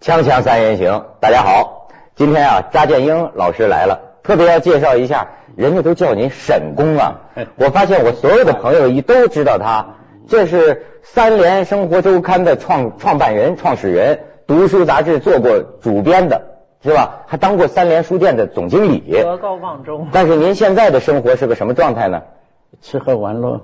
锵锵三人行，大家好，今天啊，查建英老师来了，特别要介绍一下，人家都叫您沈公啊。我发现我所有的朋友都知道他，这是三联生活周刊的创办人、创始人，读书杂志做过主编的，是吧？还当过三联书店的总经理， 德高望重。 但是您现在的生活是个什么状态呢？ 吃喝玩乐。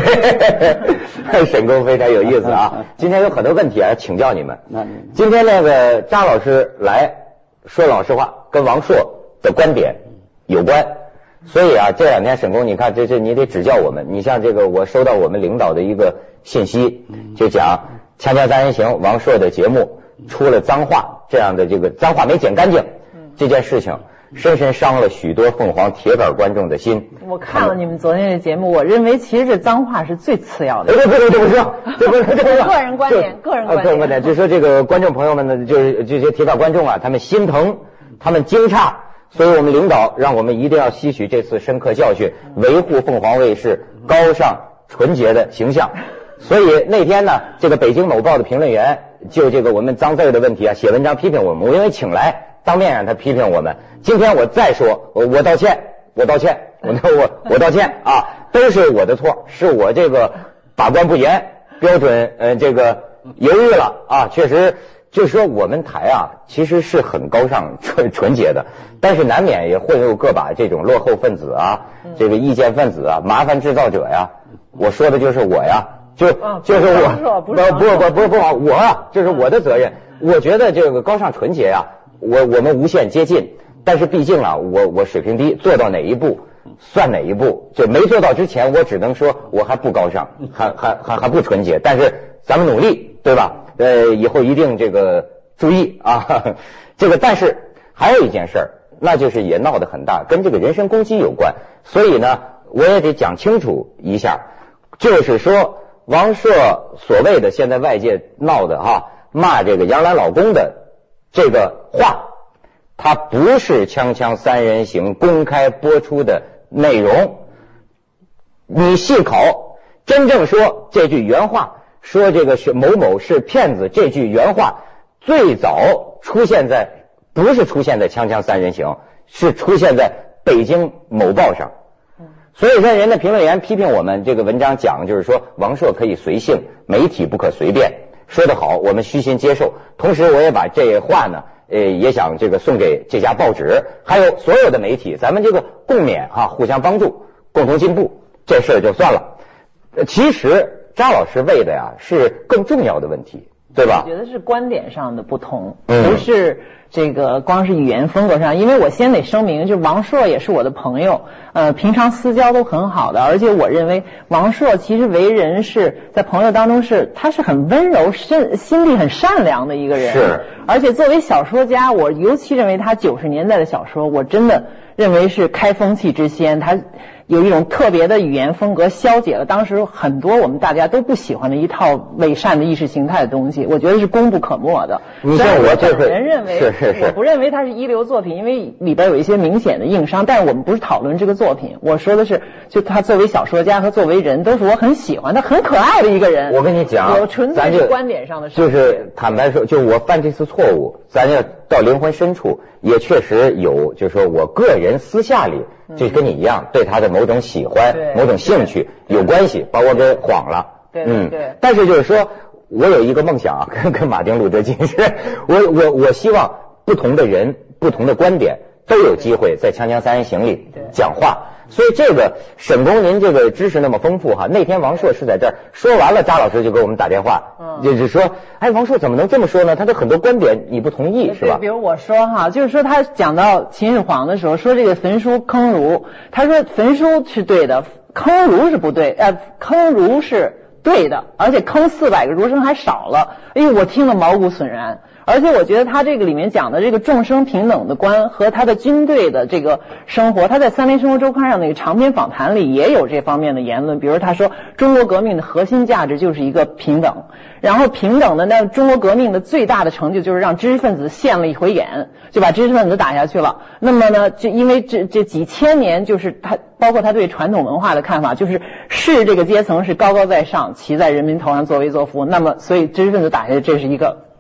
沈公非常有意思啊！今天有很多问题啊，请教你们。今天那个查老师来说老实话，跟王朔的观点有关，所以啊，这两天沈公，你看这你得指教我们。你像这个，我收到我们领导的一个信息，就讲《锵锵三人行》王朔的节目出了脏话，这样的这个脏话没剪干净，这件事情深深伤了许多凤凰铁杆观众的心。 我看了你们昨天的节目，我认为其实这脏话是最次要的。 这不是个人观点，个人观点， 就说这个观众朋友们呢，就是这些铁杆观众啊，他们心疼，他们惊诧，所以我们领导让我们一定要吸取这次深刻教训，维护凤凰卫视高尚纯洁的形象。所以那天呢，这个北京某报的评论员就这个我们脏字的问题啊，写文章批评我们，我因为请来当面让他批评我们。今天我再说，我道歉，我道歉啊，都是我的错，是我这个把关不严，标准这个犹豫了啊，确实就是说我们台啊其实是很高尚纯洁的，但是难免也会有个把这种落后分子啊，这个意见分子啊，麻烦制造者呀，我说的就是我呀。就是我，不，我啊，这是我的责任。我觉得这个高尚纯洁啊，我们无限接近，但是毕竟啊，我水平低，做到哪一步算哪一步，就没做到之前，我只能说我还不高尚，还不纯洁。但是咱们努力，对吧？以后一定这个注意啊。这个，但是还有一件事儿，那就是也闹得很大，跟这个人身攻击有关。所以呢，我也得讲清楚一下，就是说。王朔所谓的现在外界闹的骂这个杨澜老公的这个话，它不是锵锵三人行公开播出的内容。你细考，真正说这句原话，说这个是某某是骗子，这句原话最早出现在不是出现在锵锵三人行，是出现在北京某报上。所以说人家评论员批评我们这个文章讲，就是说王朔可以随性，媒体不可随便，说得好，我们虚心接受。同时我也把这话呢也想这个送给这家报纸，还有所有的媒体，咱们这个共勉互相帮助，共同进步，这事儿就算了。其实查老师为的呀是更重要的问题，对吧？ 我觉得是观点上的不同，不是这个光是语言风格上。因为我先得声明，就王朔也是我的朋友，平常私交都很好的，而且我认为王朔其实为人是在朋友当中他是很温柔、心地很善良的一个人。 是， 而且作为小说家，我尤其认为他90年代的小说，我真的认为是开风气之先，他有一种特别的语言风格，消解了当时很多我们大家都不喜欢的一套伪善的意识形态的东西，我觉得是功不可没的。 你像我这个人认为我不认为它是一流作品，因为里边有一些明显的硬伤，但是我们不是讨论这个作品，我说的是就他作为小说家和作为人都是我很喜欢，他很可爱的一个人。 我跟你讲， 有纯粹是观点上的事， 就是坦白说，就我犯这次错误，咱要到灵魂深处，也确实有，就是说我个人私下里就跟你一样，对他的某种喜欢、某种兴趣有关系，把我给晃了。 对。 但是就是说，我有一个梦想啊，跟马丁路德金是，我希望不同的人、不同的观点都有机会在锵锵三人行里讲话。所以这个沈公您这个知识那么丰富那天王朔是在这儿说完了，查老师就给我们打电话，就是说，王朔怎么能这么说呢？他的很多观点你不同意是吧？ 比如我说就是说他讲到秦始皇的时候，说这个焚书坑儒，他说焚书是对的，坑儒是不对，坑儒是对的，而且坑400个儒生还少了。哎呦，我听了毛骨悚然。而且我觉得他这个里面讲的这个众生平等的观和他的军队的这个生活，他在三联生活周刊上那个长篇访谈里也有这方面的言论。比如他说中国革命的核心价值就是一个平等，然后平等的那中国革命的最大的成就就是让知识分子现了一回眼，就把知识分子打下去了。那么呢，就因为这几千年，就是他包括他对传统文化的看法，就是士这个阶层是高高在上，骑在人民头上作威作福，那么所以知识分子打下去这是一个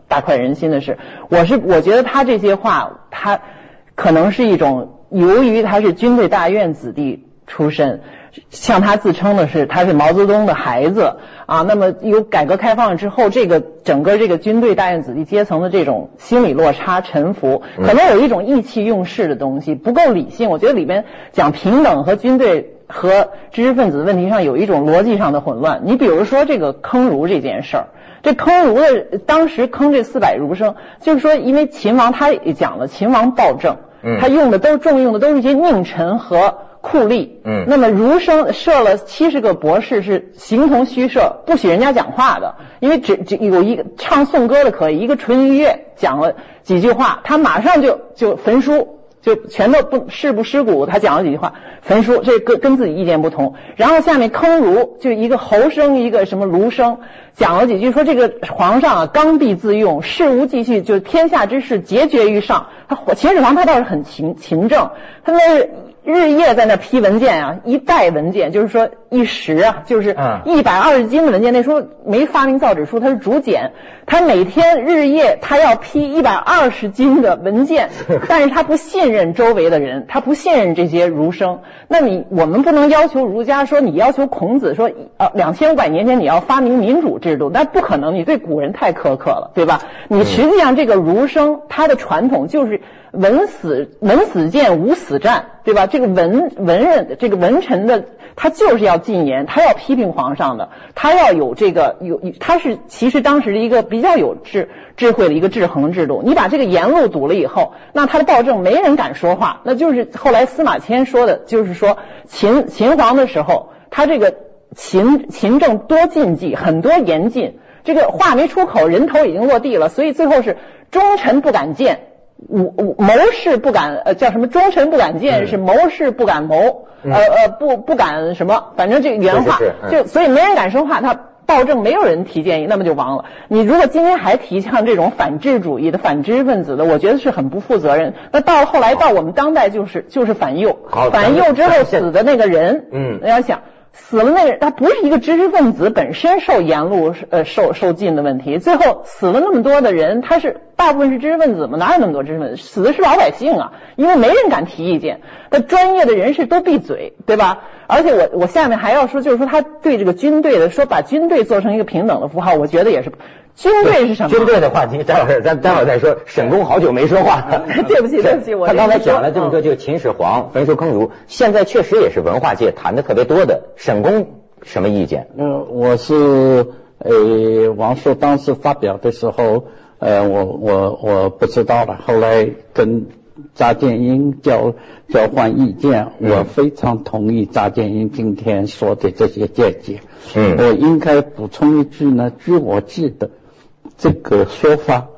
大快人心的事。我觉得他这些话，他可能是一种由于他是军队大院子弟出身，像他自称的是他是毛泽东的孩子啊，那么有改革开放之后，这个整个这个军队大院子弟阶层的这种心理落差沉浮，可能有一种意气用事的东西，不够理性。我觉得里边讲平等和军队和知识分子的问题上有一种逻辑上的混乱。你比如说这个坑儒这件事儿，这坑儒的当时坑这400儒生，就是说因为秦王他也讲了，秦王暴政，他重用的都是一些佞臣和酷吏，那么儒生设了70个博士是形同虚设，不许人家讲话的，因为只有一个唱颂歌的可以，一个纯音乐讲了几句话，他马上就焚书，就全都不事不尸骨，他讲了几句话焚书，这跟自己意见不同。然后下面坑儒，就一个侯生一个什么儒生讲了几句，说这个皇上啊刚愎自用，事无继续，就是天下之事节决于上。秦始皇他倒是很勤政，他那日夜在那批文件啊，一袋文件，就是说一时啊，就是120斤的文件。那时候没发明造纸术，他是竹简，他每天日夜他要批120斤的文件，但是他不信任周围的人，他不信任这些儒生。那我们不能要求儒家说，你要求孔子说2500年前你要发明民主制度，那不可能，你对古人太苛刻了，对吧？你实际上这个儒生他的传统就是文死谏，武死战，对吧？这个文人，这个文臣的，他就是要进言，他要批评皇上的，他要有这个他是其实当时一个比较有智慧的一个制衡制度。你把这个言路堵了以后，那他的暴政没人敢说话，那就是后来司马迁说的，就是说秦皇的时候，他这个秦政多禁忌，很多严禁，这个话没出口，人头已经落地了，所以最后是忠臣不敢谏，谋士不敢叫什么？忠臣不敢谏，是谋士不敢谋，不敢什么？反正这个原话就所以没人敢说话，他暴政没有人提建议，那么就亡了。你如果今天还提倡这种反智主义的、反知识分子的，我觉得是很不负责任。那到后来到我们当代就是反右，反右之后死的那个人，你要想。死了那个人，他不是一个知识分子本身受言路受禁的问题，最后死了那么多的人，他是大部分是知识分子吗？哪有那么多知识分子？死的是老百姓啊，因为没人敢提意见，那专业的人士都闭嘴，对吧？而且我下面还要说，就是说他对这个军队的说，把军队做成一个平等的符号，我觉得也是。军队是什么？ 军队的话题，待会儿咱待会儿再说。沈公好久没说话了， 对不起， 他刚才讲了这么多，就秦始皇焚书坑儒，现在确实也是文化界谈的特别多的。沈公什么意见？ 我是王朔当时发表的时候，我不知道了。后来跟查建英交换意见，我非常同意查建英今天说的这些见解。我应该补充一句呢，据我记得。这个说法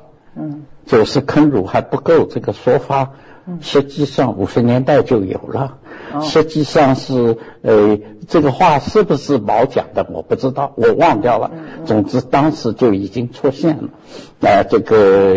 ，90坑儒还不够，这个说法实际上50年代就有了。实际上是这个话是不是毛讲的我不知道，我忘掉了。总之当时就已经出现了。这个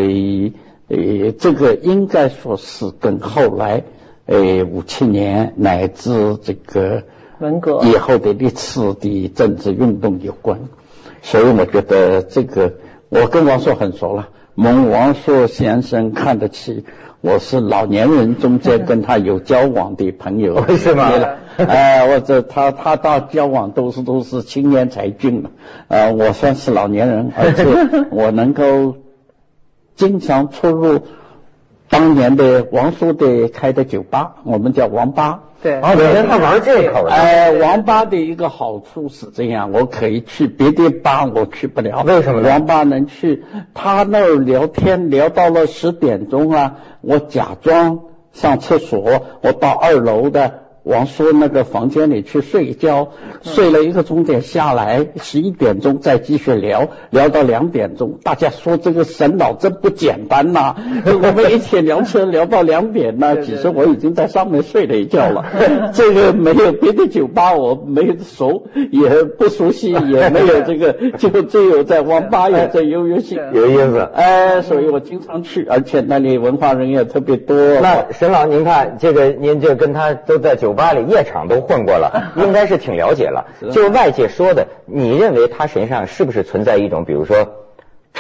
应该说是跟后来57年乃至这个文革以后的历次的政治运动有关。所以我觉得这个我跟王朔很熟了，蒙王朔先生看得起我，是老年人中间跟他有交往的朋友。 是吗？ 他到交往都是青年才俊了。我算是老年人，而且我能够经常出入当年的王朔的开的酒吧，我们叫王吧。 对， 他玩这口的。 王吧的一个好处是这样，我可以去，别的吧我去不了。 为什么呢？ 王吧能去，他那儿聊天聊到了10点钟啊，我假装上厕所，我到2楼的王朔那个房间里去睡一觉，睡了1个钟点下来，11点钟再继续聊到2点钟。大家说这个沈老真不简单呐，我们一天聊车聊到2点呢，其实我已经在上面睡了一觉了。这个没有别的酒吧我没熟，也不熟悉，也没有这个，就只有在网吧有这游戏， 有意思。 所以我经常去，而且那里文化人也特别多。 那沈老您看这个，您这跟他都在酒吧里夜场都混过了，应该是挺了解了。就外界说的，你认为他身上是不是存在一种比如说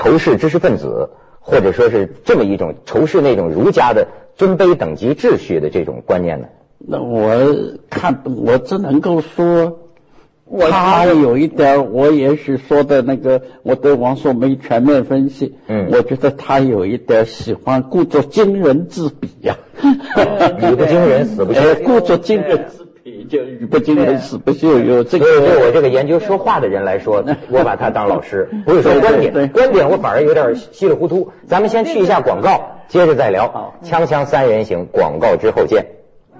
仇视知识分子，或者说是这么一种仇视那种儒家的尊卑等级秩序的这种观念呢？ 那我只能够说，他有一点，我也许说的那个，我对王朔没全面分析。我觉得他有一点喜欢故作惊人之笔呀。 语不惊人死不休。 故作惊人之笔就语不惊人死不休，有这个。 所以对我这个研究说话的人来说，我把他当老师，不是说观点，观点我反而有点稀里糊涂。咱们先去一下广告，接着再聊。锵锵三人行，广告之后见。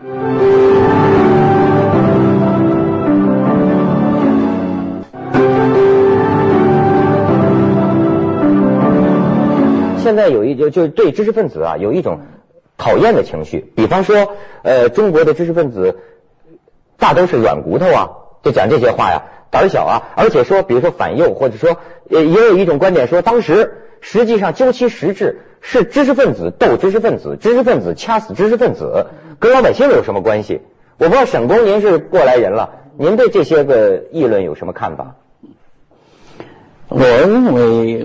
现在有就是对知识分子啊有一种讨厌的情绪，比方说中国的知识分子大都是软骨头啊，就讲这些话呀，胆小啊，而且说比如说反右，或者说也有一种观点说，当时实际上究其实质是知识分子斗知识分子，知识分子掐死知识分子，跟老百姓有什么关系？我不知道沈公您是过来人了，您对这些个议论有什么看法？ 我认为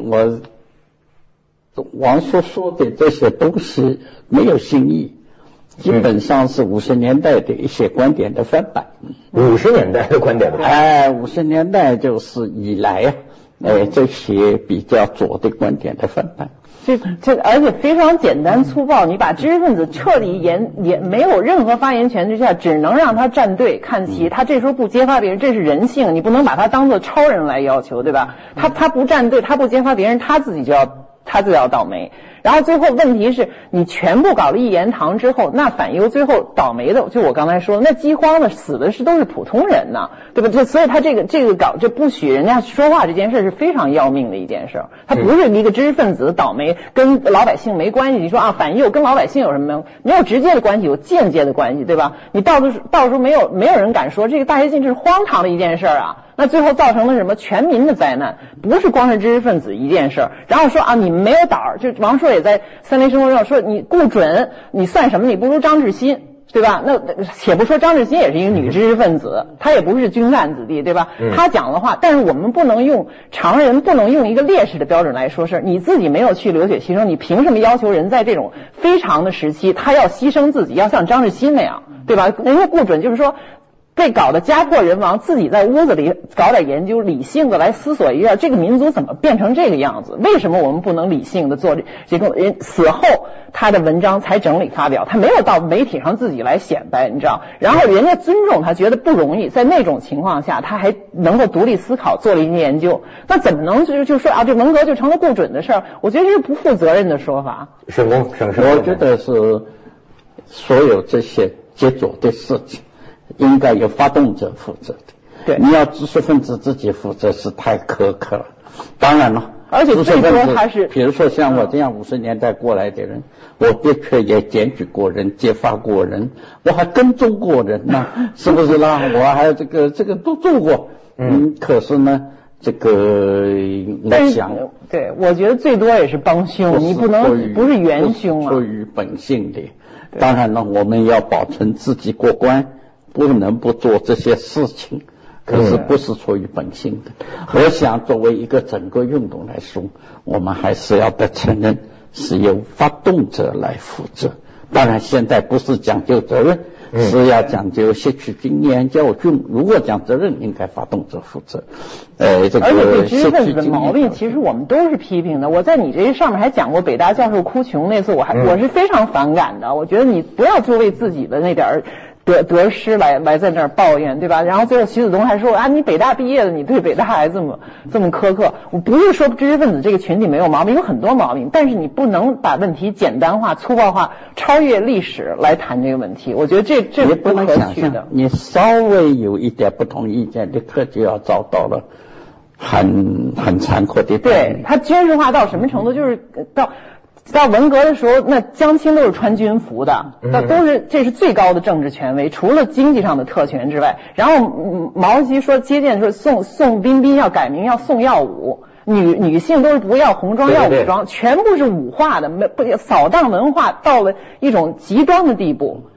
王朔说的这些东西没有新意，基本上是50年代的一些观点的翻版。 50年代的观点的翻版 ，50年代就是以来这些比较左的观点的翻版。 而且非常简单粗暴，你把知识分子彻底也没有任何发言权之下，只能让他站队看齐，他这时候不揭发别人，这是人性，你不能把他当做超人来要求，对吧？他不站队，他不揭发别人，他自己就要倒霉。然后最后问题是你全部搞了一言堂之后，那反右最后倒霉的，就我刚才说，那饥荒的死的都是普通人呢，对吧？所以他这个搞这不许人家说话这件事是非常要命的一件事，他不是一个知识分子倒霉，跟老百姓没关系。你说啊，反右跟老百姓有什么？没有直接的关系，有间接的关系，对吧？你到时候没有人敢说这个大跃进是荒唐的一件事啊。那最后造成了什么全民的灾难，不是光是知识分子一件事。然后说啊，你们没有胆儿，就王朔也在三联生活上说，你顾准你算什么？你不如张志新，对吧？那且不说张志新也是一个女知识分子，她也不是军干子弟，对吧？她讲的话，但是我们不能用常人不能用一个烈士的标准来说事，你自己没有去流血牺牲，你凭什么要求人在这种非常的时期，他要牺牲自己，要像张志新那样，对吧？人家顾准就是说。被搞得家破人亡，自己在屋子里搞点研究，理性的来思索一下这个民族怎么变成这个样子？为什么我们不能理性的做这个？人死后他的文章才整理发表，他没有到媒体上自己来显摆，你知道？然后人家尊重他，觉得不容易，在那种情况下，他还能够独立思考，做了一些研究，那怎么能就说啊，这文革就成了顾准的事儿？我觉得这是不负责任的说法。 沈公， 我觉得是所有这些结左的事情。应该由发动者负责的， 对， 你要知识分子自己负责是太苛刻了。当然了， 而且最多他是， 比如说像我这样50年代过来的人，我的确也检举过人、揭发过人，我还跟踪过人呢，是不是啦？我还这个都做过，可是呢，这个我想， 对，我觉得最多也是帮凶，你不能不是元凶啊， 出于本性的。当然了，我们要保存自己过关。不能不做这些事情，可是不是出于本性的。我想作为一个整个运动来说，我们还是要得承认是由发动者来负责。当然现在不是讲究责任，是要讲究吸取经验教训。如果讲责任，应该发动者负责。 而且对知识分子的毛病，其实我们都是批评的。我在你这上面还讲过北大教授哭穷那次，我是非常反感的。我觉得你不要就为自己的那点得失来在那儿抱怨，对吧？然后最后徐子东还说啊，你北大毕业的，你对北大还这么苛刻。我不是说知识分子这个群体没有毛病，有很多毛病，但是你不能把问题简单化、粗暴化，超越历史来谈这个问题。我觉得这是不可取的。 你稍微有一点不同意见，立刻就要遭到了很残酷的。 对，他军事化到什么程度？就是到文革的时候，那江青都是穿军服的，这是最高的政治权威，除了经济上的特权之外。然后毛主席说接见说宋彬彬要改名要宋耀武，女性都是不要红装要武装，全部是武化的，扫荡文化到了一种极端的地步。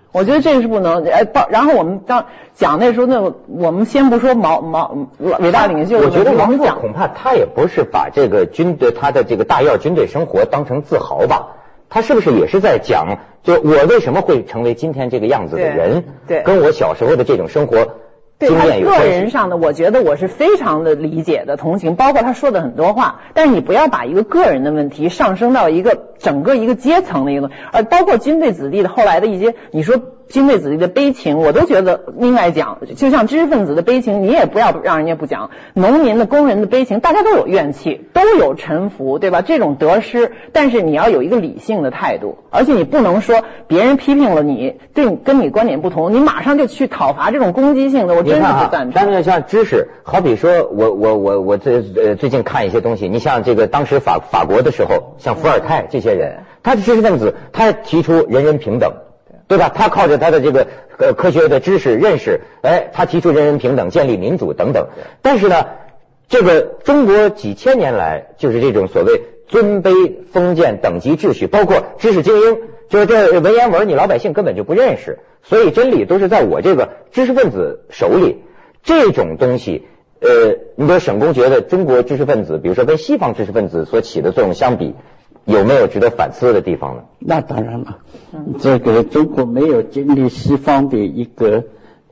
我觉得这个是不能，然后我们讲那时候我们先不说伟大领袖， 我觉得王朔恐怕他也不是把这个他的这个大院军队生活当成自豪吧，他是不是也是在讲，就我为什么会成为今天这个样子的人， 对， 跟我小时候的这种生活对他个人上的，我觉得我是非常的理解的同情，包括他说的很多话，但是你不要把一个个人的问题上升到整个一个阶层的一个，包括军队子弟的后来的一些，你说军队子弟的悲情，我都觉得应该讲，就像知识分子的悲情，你也不要让人家不讲，农民的工人的悲情，大家都有怨气，都有沉浮，对吧？这种得失，但是你要有一个理性的态度，而且你不能说别人批评了你，跟你观点不同，你马上就去讨伐这种攻击性的，我真是不赞成。 但是像知识，好比说我最近看一些东西，你像这个当时法国的时候，像伏尔泰这些人，他是知识分子，他提出人人平等。对吧？他靠着他的这个科学的知识认识，他提出人人平等、建立民主等等。但是呢，这个中国几千年来就是这种所谓尊卑封建等级秩序，包括知识精英，就是这文言文你老百姓根本就不认识，所以真理都是在我这个知识分子手里。这种东西，你说沈公觉得中国知识分子，比如说跟西方知识分子所起的作用相比，有没有值得反思的地方呢？ 那当然了，这个中国没有经历西方的一个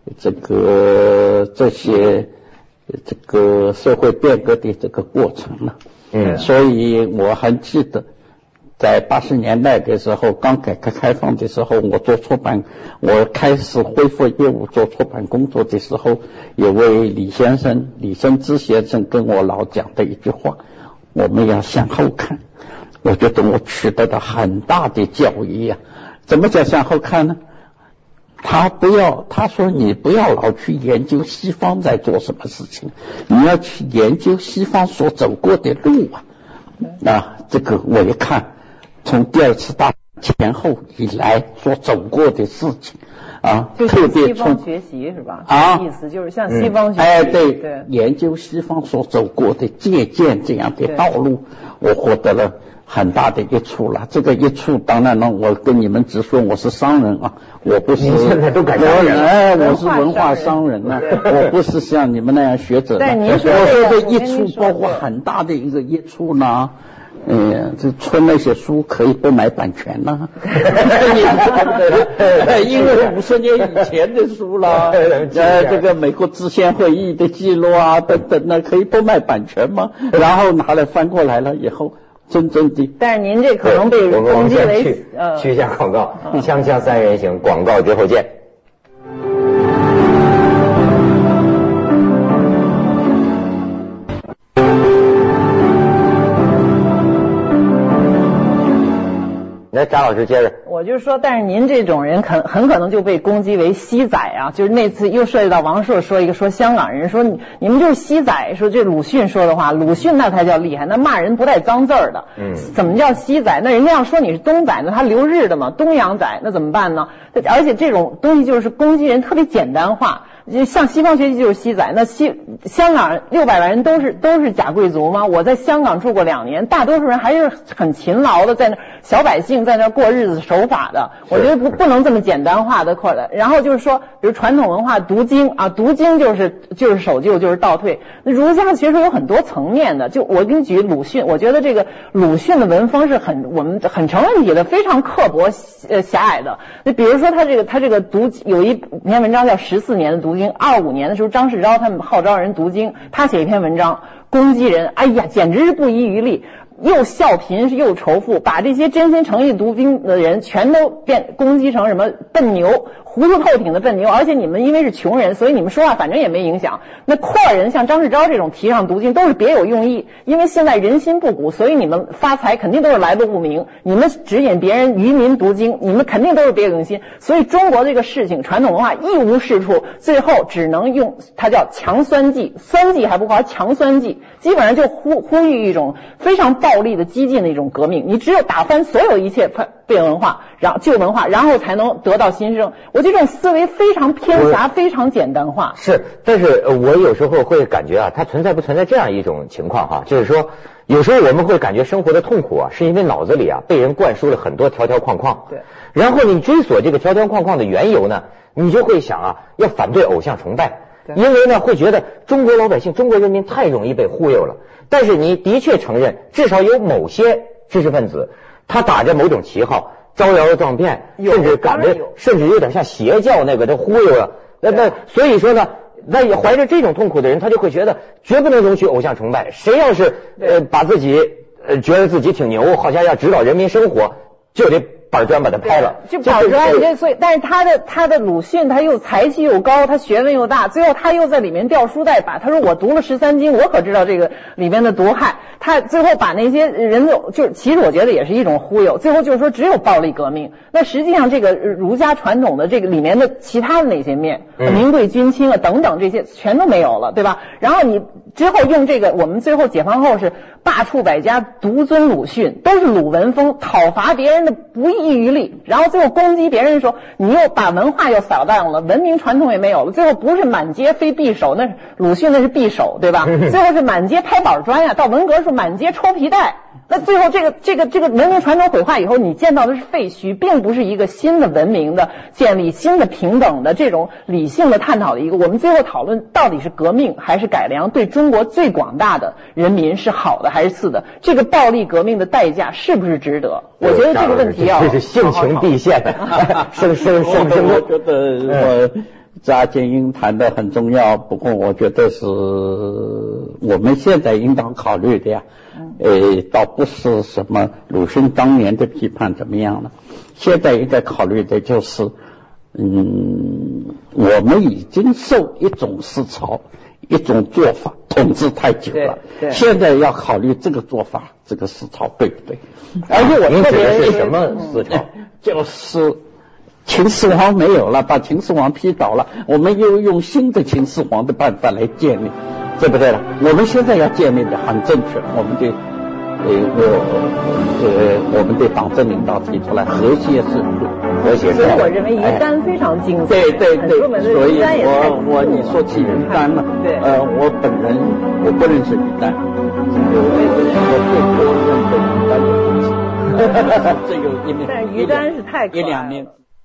这些社会变革的这个过程了。所以我还记得在80年代的时候，刚改革开放的时候，我做出版，我开始恢复业务做出版工作的时候，有位李升之先生跟我老讲的一句话，我们要向后看。我觉得我取得了很大的教益啊！怎么叫向后看呢？他说你不要老去研究西方在做什么事情，你要去研究西方所走过的路啊！这个我一看，从第二次大前后以来所走过的事情啊， 特别从西方学习是吧？意思就是向西方学习。 对，研究西方所走过的借鉴这样的道路，我获得了很大的益处了。这个益处当然了，我跟你们直说，我是商人啊，我不是现在都改商人我是文化商人啊，我不是像你们那样学者。 但您说我说的益处包括很大的一个益处呢。这出那些书可以不买版权呢，因为50年以前的书了，这个美国制宪会议的记录啊等等呢，可以不卖版权吗？然后拿来翻过来了以后，真正的。 但是您这可能被攻击为去一下广告，锵锵三人行，广告之后见。来，张老师接着。 我就说，但是您这种人很可能就被攻击为西仔啊，就是那次又涉及到王朔说一个说香港人说你们就是西仔，说这鲁迅说的话，鲁迅那才叫厉害，那骂人不带脏字儿的，怎么叫西仔？那人家要说你是东仔，那他留日的嘛，东洋仔，那怎么办呢？而且这种东西就是攻击人特别简单化。像西方学习就是西仔，那香港600万人都是假贵族吗？我在香港住过2年，大多数人还是很勤劳的，在那小百姓在那过日子守法的。我觉得不能这么简单化的扩的。然后就是说，比如传统文化读经啊，读经就是守旧，就是倒退。那儒家的学说有很多层面的，就我给你举鲁迅，我觉得这个鲁迅的文风是我们很成问题的，非常刻薄狭隘的。那比如说他这个读有一篇文章叫14年的读经，25年的时候张世钊他们号召人读经，他写一篇文章攻击人，哎呀，简直是不遗余力，又笑贫又仇富，把这些真心诚意读经的人全都攻击成什么笨牛，糊涂透顶的笨牛，而且你们因为是穷人，所以你们说话反正也没影响。那阔人像张世钊这种提倡读经都是别有用意，因为现在人心不古，所以你们发财肯定都是来路不明，你们指引别人愚民读经，你们肯定都是别有用心。所以中国这个事情传统文化一无是处，最后只能用它叫强酸剂，酸剂还不好，强酸剂，基本上就呼吁一种非常暴力的激进的一种革命，你只有打翻所有一切变文化，然后旧文化，然后才能得到新生。我觉得这种思维非常偏狭，非常简单化。 是，但是我有时候会感觉啊，它存在不存在这样一种情况哈，就是说有时候我们会感觉生活的痛苦啊，是因为脑子里啊被人灌输了很多条条框框。 对。 然后你追索这个条条框框的缘由呢，你就会想啊，要反对偶像崇拜。因为呢，会觉得中国老百姓、中国人民太容易被忽悠了。但是你的确承认，至少有某些知识分子，他打着某种旗号，招摇撞骗，甚至感觉甚至有点像邪教那个都忽悠了。那所以说呢，那也怀着这种痛苦的人，他就会觉得绝不能容许偶像崇拜。谁要是把自己觉得自己挺牛，好像要指导人民生活，就得板砖把他拍了， 就板砖。所以，但是他的鲁迅，他又才气又高，他学问又大，最后他又在里面掉书袋把。他说我读了13经，我可知道这个里面的毒害。他最后把那些人就是其实我觉得也是一种忽悠。最后就是说只有暴力革命。那实际上这个儒家传统的这个里面的其他的那些面，民贵君轻啊等等这些全都没有了，对吧？然后你之后用这个，我们最后解放后是罢黜百家，独尊鲁迅，都是鲁文风，讨伐别人的不遗余力，然后最后攻击别人的时候，你又把文化又扫荡了，文明传统也没有了，最后不是满街飞匕首，那鲁迅那是匕首，对吧？最后是满街拍板砖呀，到文革是满街抽皮带。那最后这个文明传统毁坏以后，你见到的是废墟，并不是一个新的文明的建立，新的平等的这种理性的探讨的一个。我们最后讨论到底是革命还是改良，对中国最广大的人民是好的还是次的？这个暴力革命的代价是不是值得？我觉得这个问题要这是性情毕现的， 我觉得查建英谈的很重要，不过我觉得是我们现在应当考虑的呀。倒不是什么鲁迅当年的批判怎么样了，现在应该考虑的就是，我们已经受一种思潮、一种做法统治太久了，现在要考虑这个做法、这个思潮对不对？ 而且我特别是什么思潮？ 就是秦始皇没有了，把秦始皇批倒了，我们又用新的秦始皇的办法来建立。对不对了？我们现在要建立的很正确，我们的我们的党政领导提出来和谐是和谐。 所以我认为于丹非常精彩。 对，所以你说起于丹了，我本人我不认识于丹，我最多认识于丹的东西，这有一面， 但是于丹是太可爱了。 一两面。